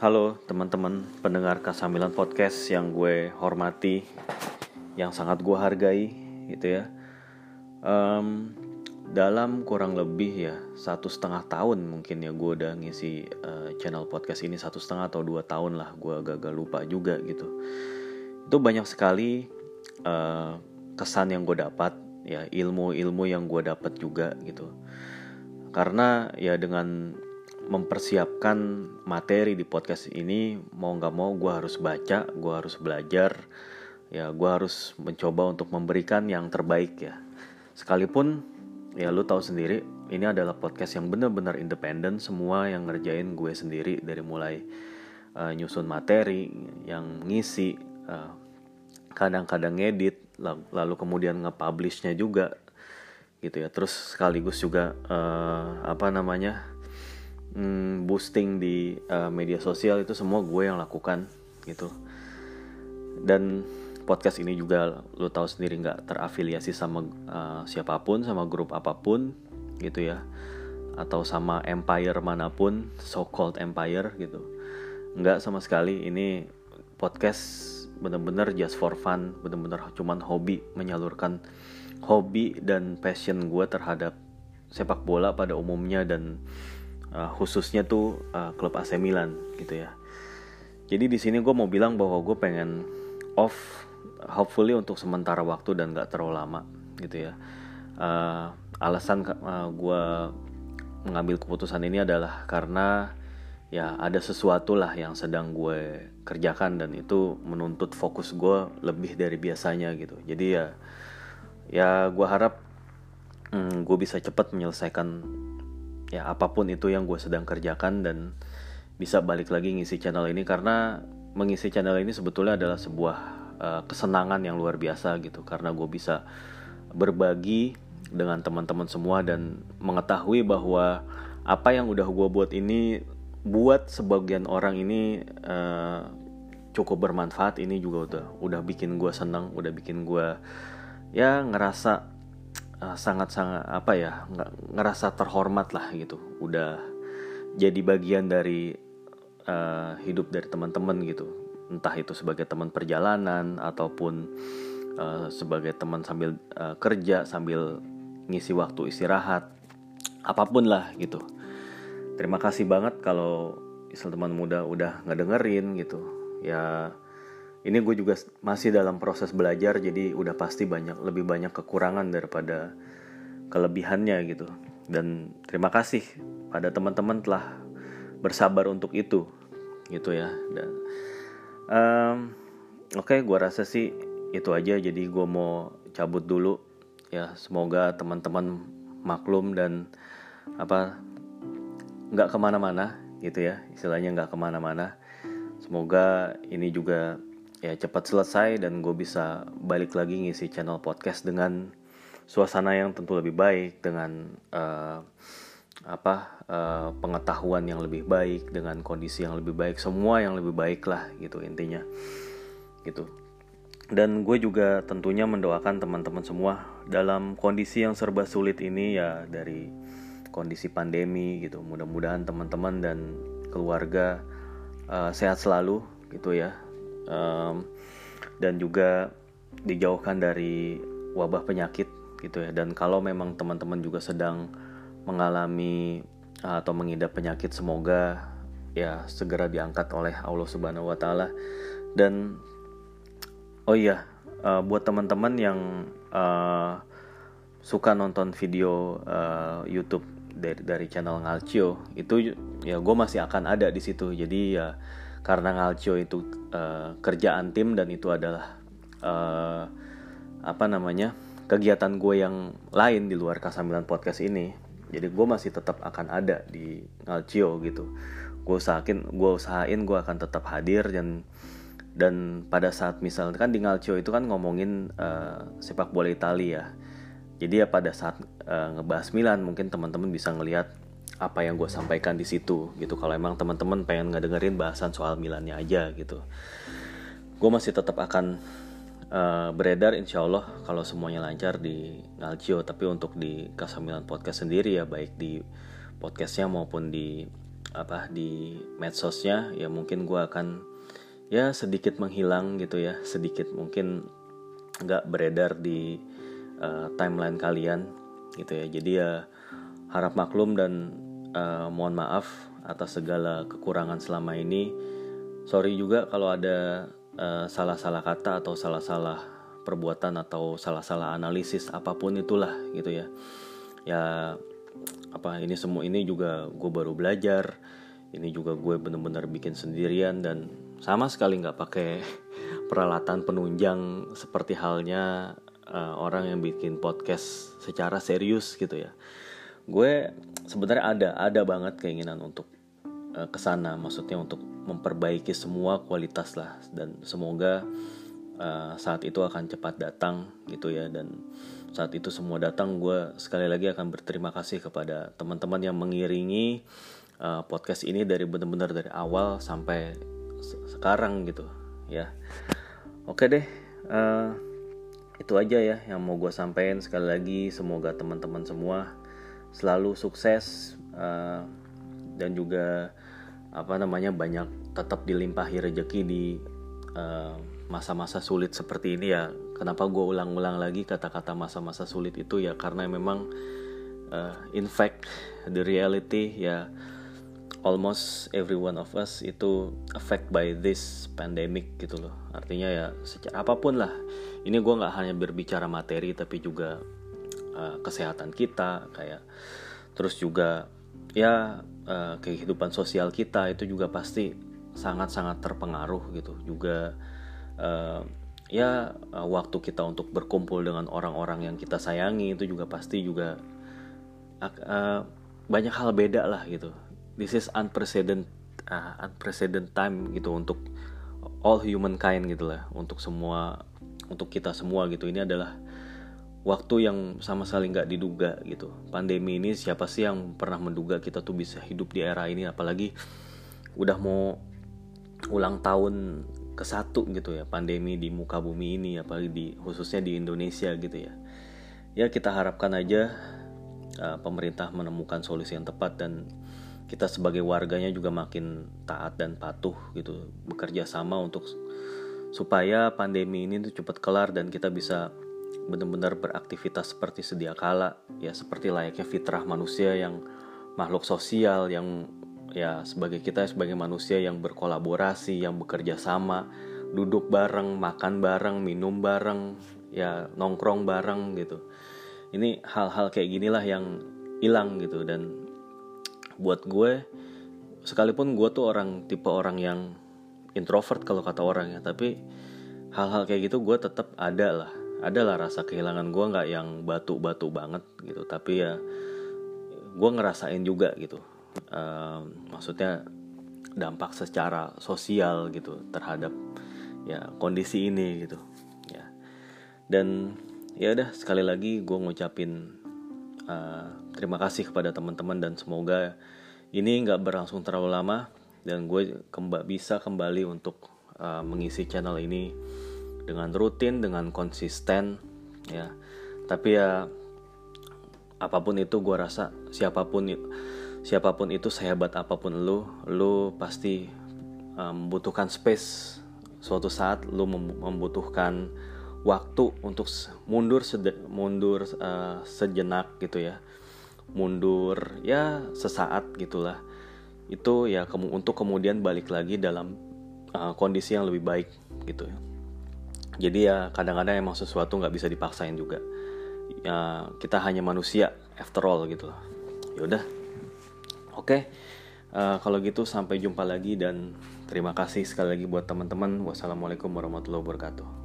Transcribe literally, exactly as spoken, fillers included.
Halo teman-teman pendengar Kasamilan Podcast yang gue hormati, yang sangat gue hargai gitu ya. um, Dalam kurang lebih ya satu setengah tahun mungkin ya gue udah ngisi uh, channel podcast ini. Satu setengah atau dua tahun lah, gue agak-agak lupa juga gitu. Itu banyak sekali uh, kesan yang gue dapat ya, ilmu-ilmu yang gue dapat juga gitu. Karena ya dengan mempersiapkan materi di podcast ini, mau gak mau gue harus baca, gue harus belajar, ya gue harus mencoba untuk memberikan yang terbaik ya. Sekalipun ya lu tahu sendiri, ini adalah podcast yang benar-benar independen, semua yang ngerjain gue sendiri, dari mulai uh, nyusun materi, yang ngisi, uh, kadang-kadang ngedit, lalu kemudian nge-publishnya juga gitu ya. Terus sekaligus juga uh, apa namanya Hmm, boosting di uh, media sosial, itu semua gue yang lakukan gitu. Dan podcast ini juga lo tahu sendiri nggak terafiliasi sama uh, siapapun, sama grup apapun gitu ya, atau sama empire manapun, so called empire gitu. Nggak sama sekali. Ini podcast bener-bener just for fun, bener-bener cuman hobi, menyalurkan hobi dan passion gue terhadap sepak bola pada umumnya, dan Uh, khususnya tuh uh, klub A C Milan gitu ya. Jadi di sini gue mau bilang bahwa gue pengen off, hopefully untuk sementara waktu dan gak terlalu lama gitu ya. Uh, alasan uh, gue mengambil keputusan ini adalah karena ya ada sesuatu lah yang sedang gue kerjakan, dan itu menuntut fokus gue lebih dari biasanya gitu. Jadi ya, ya gue harap hmm, gue bisa cepat menyelesaikan ya apapun itu yang gue sedang kerjakan, dan bisa balik lagi ngisi channel ini. Karena mengisi channel ini sebetulnya adalah sebuah uh, kesenangan yang luar biasa gitu, karena gue bisa berbagi dengan teman-teman semua dan mengetahui bahwa apa yang udah gue buat ini buat sebagian orang ini uh, cukup bermanfaat. Ini juga udah udah bikin gue senang, udah bikin gue ya ngerasa sangat-sangat apa ya, ngerasa terhormat lah gitu, udah jadi bagian dari uh, hidup dari teman-teman gitu, entah itu sebagai teman perjalanan ataupun uh, sebagai teman sambil uh, kerja, sambil ngisi waktu istirahat, apapun lah gitu. Terima kasih banget kalau teman muda udah ngedengerin gitu ya. Ini gue juga masih dalam proses belajar, jadi udah pasti banyak, lebih banyak kekurangan daripada kelebihannya gitu. Dan terima kasih pada teman-teman telah bersabar untuk itu gitu ya. Dan um, oke, okay, gue rasa sih itu aja. Jadi gue mau cabut dulu ya. Semoga teman-teman maklum dan apa nggak kemana-mana gitu ya, istilahnya nggak kemana-mana. Semoga ini juga ya cepat selesai dan gue bisa balik lagi ngisi channel podcast dengan suasana yang tentu lebih baik, dengan uh, apa uh, pengetahuan yang lebih baik, dengan kondisi yang lebih baik, semua yang lebih baik lah gitu intinya gitu. Dan gue juga tentunya mendoakan teman-teman semua dalam kondisi yang serba sulit ini ya, dari kondisi pandemi gitu. Mudah-mudahan teman-teman dan keluarga uh, sehat selalu gitu ya. Um, dan juga dijauhkan dari wabah penyakit gitu ya. Dan kalau memang teman-teman juga sedang mengalami uh, atau mengidap penyakit, semoga ya segera diangkat oleh Allah Subhanahu wa taala. Dan oh iya, uh, buat teman-teman yang uh, suka nonton video uh, YouTube dari dari channel Ngalcio, itu ya gue masih akan ada di situ. Jadi ya karena Ngalcio itu uh, kerjaan tim, dan itu adalah uh, apa namanya kegiatan gue yang lain di luar Kasamilan Podcast ini. Jadi gue masih tetap akan ada di Ngalcio gitu. Gue usahain, gue usahain gue akan tetap hadir. Dan dan pada saat misalnya kan di Ngalcio itu kan ngomongin uh, sepak bola Italia. Jadi ya pada saat uh, ngebahas Milan, mungkin teman-teman bisa ngelihat apa yang gue sampaikan di situ gitu. Kalau emang teman-teman pengen ngedengerin bahasan soal Milannya aja gitu, gue masih tetap akan uh, beredar insya Allah kalau semuanya lancar di Ngalcio. Tapi untuk di Kasamilan Podcast sendiri ya, baik di podcastnya maupun di apa di medsosnya, ya mungkin gue akan ya sedikit menghilang gitu ya, sedikit mungkin nggak beredar di uh, timeline kalian gitu ya. Jadi ya harap maklum dan uh, mohon maaf atas segala kekurangan selama ini. Sorry juga kalau ada uh, salah-salah kata atau salah-salah perbuatan atau salah-salah analisis apapun itulah gitu ya. Ya apa ini semua ini juga gue baru belajar, ini juga gue benar-benar bikin sendirian dan sama sekali nggak pakai peralatan penunjang seperti halnya uh, orang yang bikin podcast secara serius gitu ya. Gue sebenarnya ada ada banget keinginan untuk uh, kesana, maksudnya untuk memperbaiki semua kualitas lah, dan semoga uh, saat itu akan cepat datang gitu ya. Dan saat itu semua datang, gue sekali lagi akan berterima kasih kepada teman-teman yang mengiringi uh, podcast ini dari benar-benar dari awal sampai se- sekarang gitu ya. Oke deh, uh, itu aja ya yang mau gue sampaikan. Sekali lagi semoga teman-teman semua selalu sukses uh, dan juga apa namanya banyak tetap dilimpahi rezeki di uh, masa-masa sulit seperti ini ya. Kenapa gue ulang-ulang lagi kata-kata masa-masa sulit itu ya, karena memang uh, in fact the reality ya, almost every one of us itu affect by this pandemic gitu loh. Artinya ya secara apapun lah, ini gue nggak hanya berbicara materi tapi juga uh, kesehatan kita kayak, terus juga ya uh, kehidupan sosial kita itu juga pasti sangat-sangat terpengaruh gitu juga. Uh, ya uh, waktu kita untuk berkumpul dengan orang-orang yang kita sayangi itu juga pasti juga uh, banyak hal beda lah gitu. This is unprecedented uh, unprecedented time gitu untuk all humankind gitu lah, untuk semua, untuk kita semua gitu. Ini adalah waktu yang sama sekali nggak diduga gitu. Pandemi ini siapa sih yang pernah menduga kita tuh bisa hidup di era ini, apalagi udah mau ulang tahun ke satu gitu ya pandemi di muka bumi ini, apalagi di khususnya di Indonesia gitu ya. Ya kita harapkan aja uh, pemerintah menemukan solusi yang tepat dan kita sebagai warganya juga makin taat dan patuh gitu, bekerja sama untuk supaya pandemi ini tuh cepat kelar dan kita bisa benar-benar beraktivitas seperti sedia kala ya, seperti layaknya fitrah manusia yang makhluk sosial yang ya sebagai kita sebagai manusia yang berkolaborasi, yang bekerja sama, duduk bareng, makan bareng, minum bareng, ya nongkrong bareng gitu. Ini hal-hal kayak ginilah yang hilang gitu. Dan buat gue, sekalipun gue tuh orang tipe orang yang introvert kalau kata orang ya, tapi hal-hal kayak gitu gue tetap ada lah, ada lah rasa kehilangan gue, nggak yang batu-batu banget gitu, tapi ya gue ngerasain juga gitu. Uh, maksudnya dampak secara sosial gitu terhadap ya kondisi ini gitu ya. Dan ya udah, sekali lagi gue ngucapin uh, terima kasih kepada teman-teman dan semoga ini nggak berlangsung terlalu lama dan gue kemba- bisa kembali untuk uh, mengisi channel ini dengan rutin, dengan konsisten ya. Tapi ya apapun itu, gue rasa siapapun siapapun itu, sehebat apapun lu, lu pasti um, membutuhkan space. Suatu saat lu mem- membutuhkan waktu untuk mundur sede- mundur uh, sejenak gitu ya, mundur ya sesaat gitulah. Itu ya ke- untuk kemudian balik lagi dalam uh, kondisi yang lebih baik gitu ya. Jadi ya kadang-kadang emang sesuatu nggak bisa dipaksain juga. Ya, kita hanya manusia after all gitu loh. Yaudah. Oke, uh, kalau gitu sampai jumpa lagi dan terima kasih sekali lagi buat teman-teman. Wassalamualaikum warahmatullahi wabarakatuh.